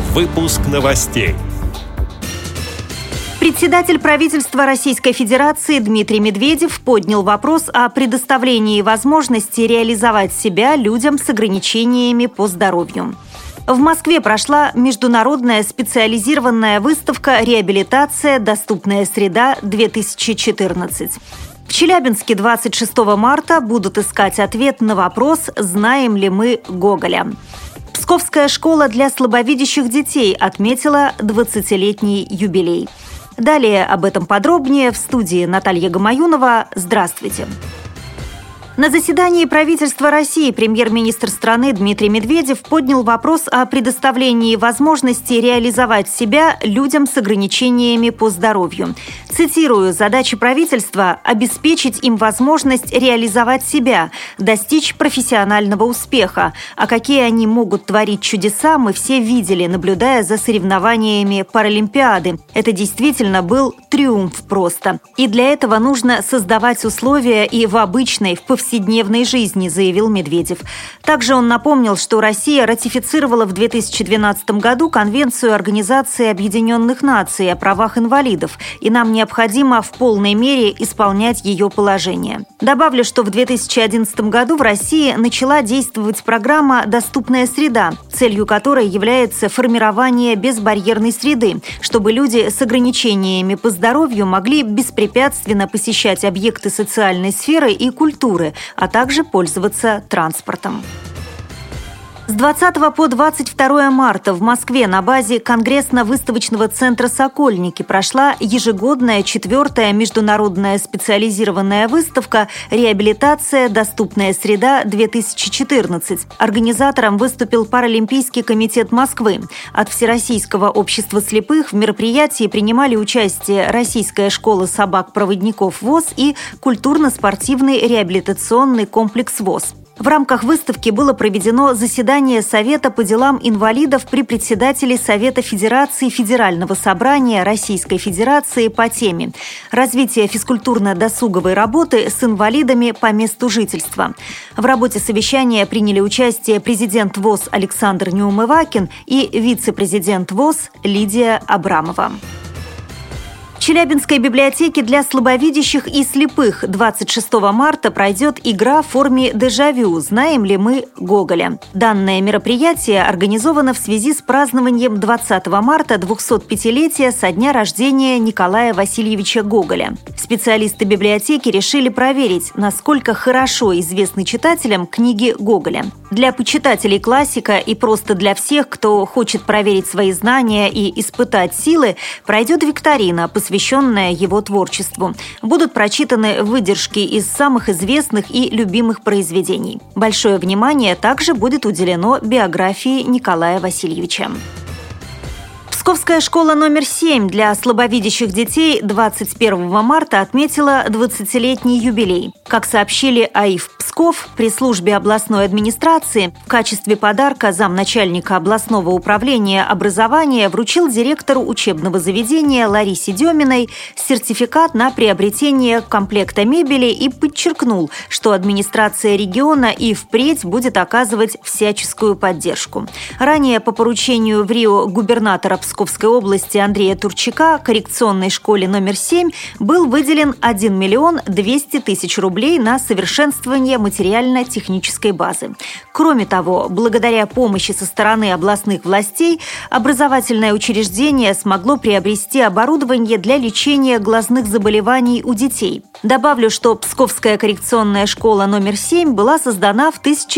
Выпуск новостей. Председатель правительства Российской Федерации Дмитрий Медведев поднял вопрос о предоставлении возможности реализовать себя людям с ограничениями по здоровью. В Москве прошла международная специализированная выставка «Реабилитация. Доступная среда-2014». В Челябинске 26 марта будут искать ответ на вопрос «Знаем ли мы Гоголя?». Псковская школа для слабовидящих детей отметила 20-летний юбилей. Далее об этом подробнее в студии Наталья Гамаюнова. Здравствуйте! На заседании правительства России премьер-министр страны Дмитрий Медведев поднял вопрос о предоставлении возможности реализовать себя людям с ограничениями по здоровью. Цитирую: «Задача правительства – обеспечить им возможность реализовать себя, достичь профессионального успеха. А какие они могут творить чудеса, мы все видели, наблюдая за соревнованиями Паралимпиады. Это действительно был триумф просто. И для этого нужно создавать условия и в обычной, в повседневной жизни», заявил Медведев. Также он напомнил, что Россия ратифицировала в 2012 году Конвенцию Организации Объединенных Наций о правах инвалидов, и нам необходимо в полной мере исполнять ее положения. Добавлю, что в 2011 году в России начала действовать программа «Доступная среда», целью которой является формирование безбарьерной среды, чтобы люди с ограничениями по здоровью могли беспрепятственно посещать объекты социальной сферы и культуры, а также пользоваться транспортом. С 20 по 22 марта в Москве на базе Конгрессно-выставочного центра «Сокольники» прошла ежегодная 4-я международная специализированная выставка «Реабилитация. Доступная среда-2014». Организатором выступил Паралимпийский комитет Москвы. От Всероссийского общества слепых в мероприятии принимали участие Российская школа собак-проводников ВОС и культурно-спортивный реабилитационный комплекс ВОС. В рамках выставки было проведено заседание Совета по делам инвалидов при председателе Совета Федерации Федерального собрания Российской Федерации по теме «Развитие физкультурно-досуговой работы с инвалидами по месту жительства». В работе совещания приняли участие президент ВОС Александр Неумывакин и вице-президент ВОС Лидия Абрамова. В Челябинской библиотеке для слабовидящих и слепых 26 марта пройдет игра в форме дежавю «Знаем ли мы Гоголя?». Данное мероприятие организовано в связи с празднованием 20 марта 205-летия со дня рождения Николая Васильевича Гоголя. Специалисты библиотеки решили проверить, насколько хорошо известны читателям книги Гоголя. Для почитателей классика и просто для всех, кто хочет проверить свои знания и испытать силы, пройдет викторина, посвященная его творчеству. Будут прочитаны выдержки из самых известных и любимых произведений. Большое внимание также будет уделено биографии Николая Васильевича. Псковская школа номер 7 для слабовидящих детей 21 марта отметила 20-летний юбилей. Как сообщили АИФ Псков, при службе областной администрации в качестве подарка замначальника областного управления образования вручил директору учебного заведения Ларисе Деминой сертификат на приобретение комплекта мебели и подчеркнул, что администрация региона и впредь будет оказывать всяческую поддержку. Ранее по поручению в Рио губернатора Псковской области Андрея Турчака коррекционной школе номер 7 был выделен 1 миллион 200 тысяч рублей на совершенствование материально-технической базы. Кроме того, благодаря помощи со стороны областных властей, образовательное учреждение смогло приобрести оборудование для лечения глазных заболеваний у детей. Добавлю, что Псковская коррекционная школа номер 7 была создана в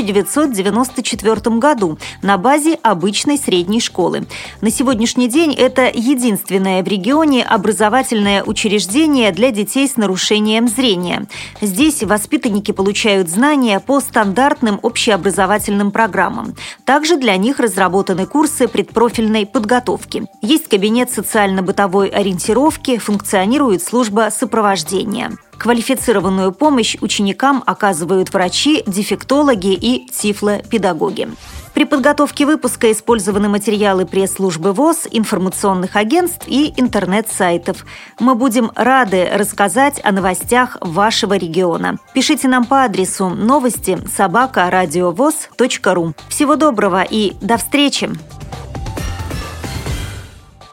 1994 году на базе обычной средней школы. На сегодняшний день это единственное в регионе образовательное учреждение для детей с нарушением зрения. Здесь воспитанники получают знания по стандартным общеобразовательным программам. Также для них разработаны курсы предпрофильной подготовки. Есть кабинет социально-бытовой ориентировки, функционирует служба сопровождения. Квалифицированную помощь ученикам оказывают врачи, дефектологи и тифлопедагоги. При подготовке выпуска использованы материалы пресс-службы ВОС, информационных агентств и интернет-сайтов. Мы будем рады рассказать о новостях вашего региона. Пишите нам по адресу новости@радиовос.ру. Всего доброго и до встречи!